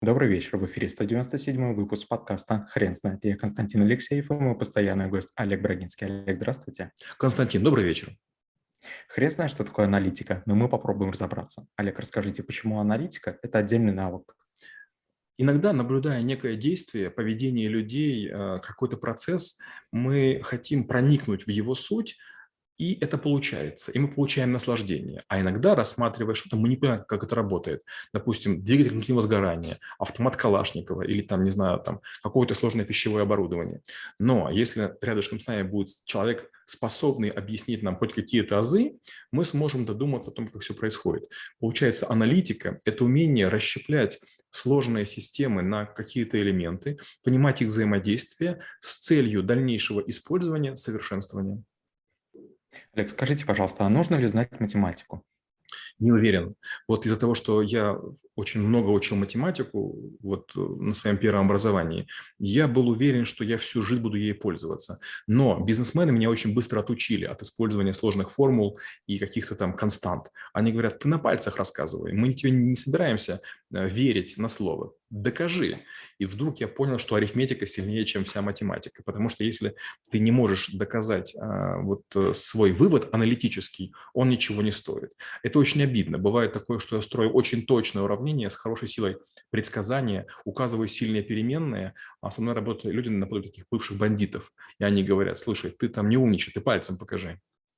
Добрый вечер. В эфире 197 выпуск подкаста «Хрен знает». Я Константин Алексеев и мой постоянный гость Олег Брагинский. Олег, здравствуйте. Константин, добрый вечер. Хрен знает, что такое аналитика, но мы попробуем разобраться. Олег, расскажите, почему аналитика– это отдельный навык? Иногда, наблюдая некое действие, поведение людей, какой-то процесс, мы хотим проникнуть в его суть, и это получается, и мы получаем наслаждение. А иногда, рассматривая что-то, мы не понимаем, как это работает. Допустим, двигатель внутреннего сгорания, автомат Калашникова или там, не знаю, там какое-то сложное пищевое оборудование. Но если рядышком с нами будет человек, способный объяснить нам хоть какие-то азы, мы сможем додуматься о том, как все происходит. Получается, аналитика– это умение расщеплять сложные системы на какие-то элементы, понимать их взаимодействие с целью дальнейшего использования, совершенствования. Олег, скажите, пожалуйста, а нужно ли знать математику? Не уверен. Вот из-за того, что я очень много учил математику на своем первом образовании, я был уверен, что я всю жизнь буду ей пользоваться. Но бизнесмены меня очень быстро отучили от использования сложных формул и каких-то там констант. Они говорят, ты на пальцах рассказывай, мы тебе не собираемся верить на слово. Докажи. И вдруг я понял, что арифметика сильнее, чем вся математика. Потому что если ты не можешь доказать свой вывод аналитический, он ничего не стоит. Это очень обидно. Бывает такое, что я строю очень точное уравнение с хорошей силой предсказания, указываю сильные переменные, а со мной работают люди наподобие таких бывших бандитов. И они говорят, слушай, ты там не умничай, ты пальцем покажи.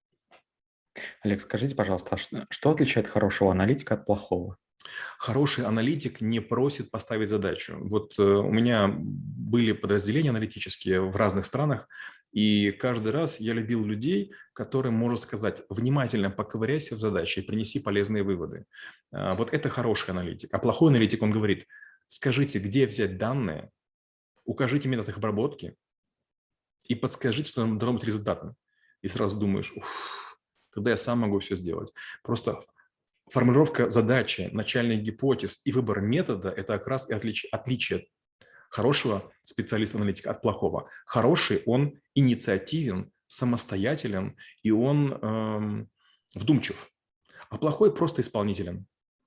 Олег, скажите, пожалуйста, а что отличает хорошего аналитика от плохого? Хороший аналитик не просит поставить задачу. У меня были подразделения аналитические в разных странах, и каждый раз я любил людей, которым можно сказать, внимательно поковыряйся в задаче и принеси полезные выводы. Вот это хороший аналитик. А плохой аналитик, он говорит, скажите, где взять данные, укажите метод их обработки и подскажите, что должно быть результатом. И сразу думаешь, уф, когда я сам могу все сделать. Просто формулировка задачи, начальных гипотез и выбор метода– это как раз и отличие хорошего специалиста-аналитика от плохого. Хороший, он инициативен, самостоятелен, и он вдумчив. А плохой просто исполнителен.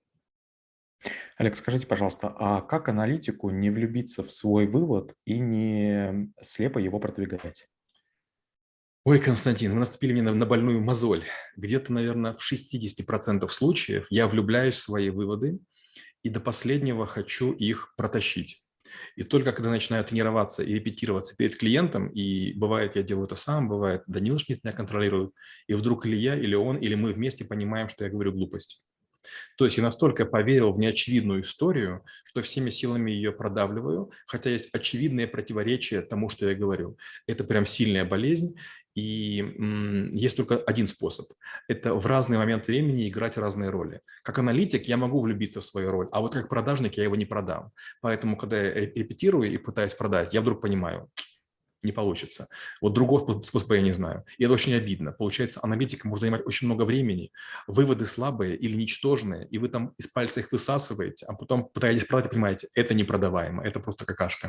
Олег, скажите, пожалуйста, а как аналитику не влюбиться в свой вывод и не слепо его продвигать? Ой, Константин, вы наступили мне на больную мозоль. Где-то, наверное, в 60% случаев я влюбляюсь в свои выводы и до последнего хочу их протащить. И только когда начинаю тренироваться и репетироваться перед клиентом, и бывает, я делаю это сам, бывает, Данила Шмидт меня контролирует, и вдруг или я, или он, или мы вместе понимаем, что я говорю глупость. То есть я настолько поверил в неочевидную историю, что всеми силами ее продавливаю, хотя есть очевидные противоречия тому, что я говорю. Это прям сильная болезнь, и есть только один способ. Это в разный момент времени играть разные роли. Как аналитик я могу влюбиться в свою роль, а вот как продажник я его не продам. Поэтому, когда я репетирую и пытаюсь продать, я вдруг понимаю, не получится. Вот другого способа я не знаю. И это очень обидно. Получается, аналитика может занимать очень много времени, выводы слабые или ничтожные, и вы там из пальца их высасываете, а потом пытаетесь продать и понимаете, это непродаваемо, это просто какашка.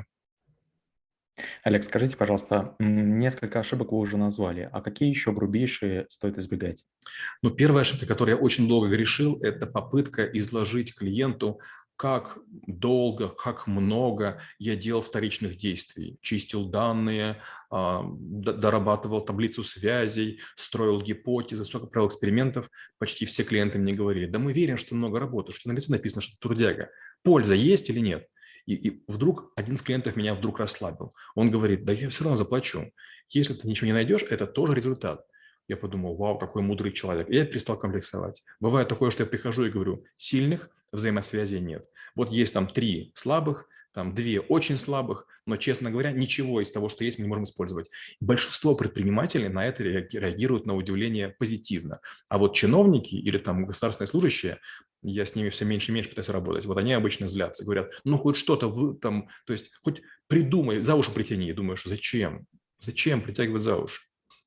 Олег, скажите, пожалуйста, несколько ошибок вы уже назвали, а какие еще грубейшие стоит избегать? Но первая ошибка, которой я очень долго грешил, это попытка изложить клиенту, как долго, как много я делал вторичных действий. Чистил данные, дорабатывал таблицу связей, строил гипотезы, сколько провел экспериментов. Почти все клиенты мне говорили, да мы верим, что много работаешь, что на лице написано, что ты трудяга. Польза есть или нет? И вдруг один из клиентов меня вдруг расслабил. Он говорит, да я все равно заплачу. Если ты ничего не найдешь, это тоже результат. Я подумал, вау, какой мудрый человек. И я перестал комплексовать. Бывает такое, что я прихожу и говорю, сильных взаимосвязей нет. Вот есть там 3 слабых, там 2 очень слабых, но, честно говоря, ничего из того, что есть, мы не можем использовать. Большинство предпринимателей на это реагируют на удивление позитивно. А вот чиновники или там государственные служащие, я с ними все меньше и меньше пытаюсь работать, вот они обычно злятся, говорят, ну хоть что-то вы там, то есть хоть придумай, за уши притяни. И думаешь, зачем? Зачем притягивать за уши?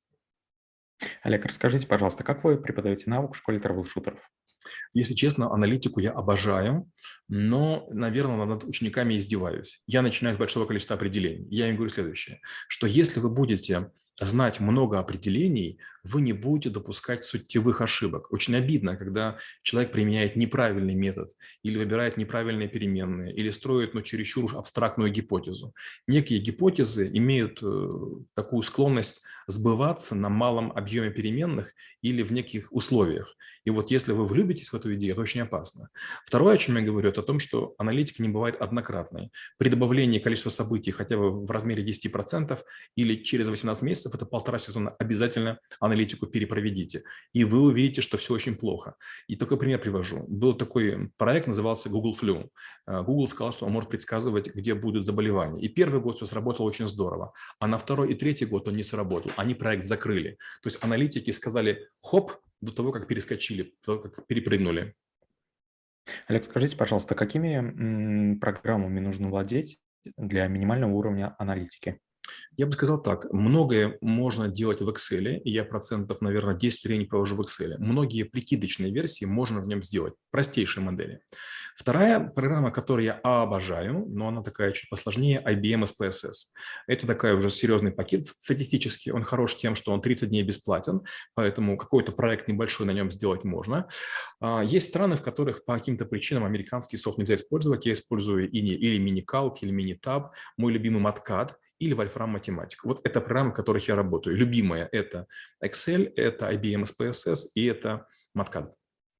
Олег, расскажите, пожалуйста, как вы преподаете навык в школе трэблшутеров? Если честно, аналитику я обожаю, но, наверное, над учениками издеваюсь. Я начинаю с большого количества определений. Я им говорю следующее, что если вы будете знать много определений, вы не будете допускать сутевых ошибок. Очень обидно, когда человек применяет неправильный метод или выбирает неправильные переменные, или строит, чересчур уж абстрактную гипотезу. Некие гипотезы имеют такую склонность сбываться на малом объеме переменных или в неких условиях. И вот если вы влюбитесь в эту идею, это очень опасно. Второе, о чем я говорю, это о том, что аналитика не бывает однократной. При добавлении количества событий хотя бы в размере 10% или через 18 месяцев, это 1,5 сезона, обязательно аналитику перепроведите. И вы увидите, что все очень плохо. И такой пример привожу. Был такой проект, назывался Google Flu. Google сказал, что он может предсказывать, где будут заболевания. И первый год все сработало очень здорово. А на второй и третий год он не сработал. Они проект закрыли. То есть аналитики сказали хоп до того, как перескочили, до того, как перепрыгнули. Олег, скажите, пожалуйста, какими программами нужно владеть для минимального уровня аналитики? Я бы сказал так, многое можно делать в Excel, и я процентов, наверное, 10 времени провожу в Excel. Многие прикидочные версии можно в нем сделать, простейшие модели. Вторая программа, которую я обожаю, но она такая чуть посложнее, IBM SPSS. Это такой уже серьезный пакет статистический, он хорош тем, что он 30 дней бесплатен, поэтому какой-то проект небольшой на нем сделать можно. Есть страны, в которых по каким-то причинам американский софт нельзя использовать. Я использую или MiniCalc, или MiniTab, мой любимый MatCAD, или Wolfram Mathematic. Вот это программы, в которых я работаю. Любимая – это Excel, это IBM SPSS и это MatCAD.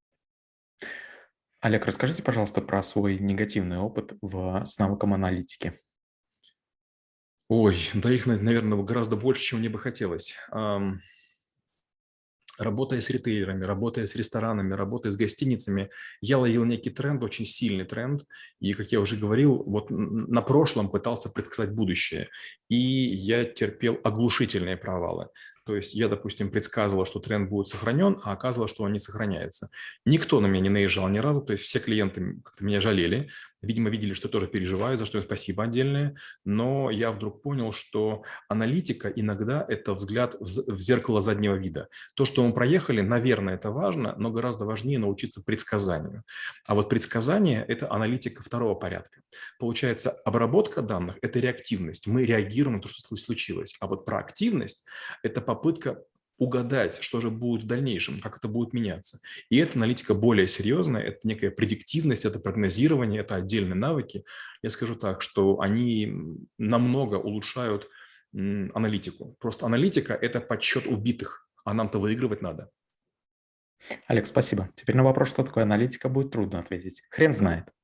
Олег, расскажите, пожалуйста, про свой негативный опыт с навыком аналитики. Ой, да их, наверное, гораздо больше, чем мне бы хотелось. Работая с ритейлерами, работая с ресторанами, работая с гостиницами, я ловил некий тренд, очень сильный тренд. И, как я уже говорил, вот на прошлом пытался предсказать будущее. И я терпел оглушительные провалы. То есть я, допустим, предсказывал, что тренд будет сохранен, а оказывалось, что он не сохраняется. Никто на меня не наезжал ни разу, то есть все клиенты как-то меня жалели. Видимо, видели, что я тоже переживаю, за что им спасибо отдельное. Но я вдруг понял, что аналитика иногда – это взгляд в зеркало заднего вида. То, что мы проехали, наверное, это важно, но гораздо важнее научиться предсказанию. А вот предсказание – это аналитика второго порядка. Получается, обработка данных – это реактивность. Мы реагируем на то, что случилось. А вот проактивность – это попытка угадать, что же будет в дальнейшем, как это будет меняться. И эта аналитика более серьезная, это некая предиктивность, это прогнозирование, это отдельные навыки. Я скажу так, что они намного улучшают аналитику. Просто аналитика – это подсчет убитых, а нам-то выигрывать надо. Олег, спасибо. Теперь на вопрос, что такое аналитика, будет трудно ответить. Хрен знает.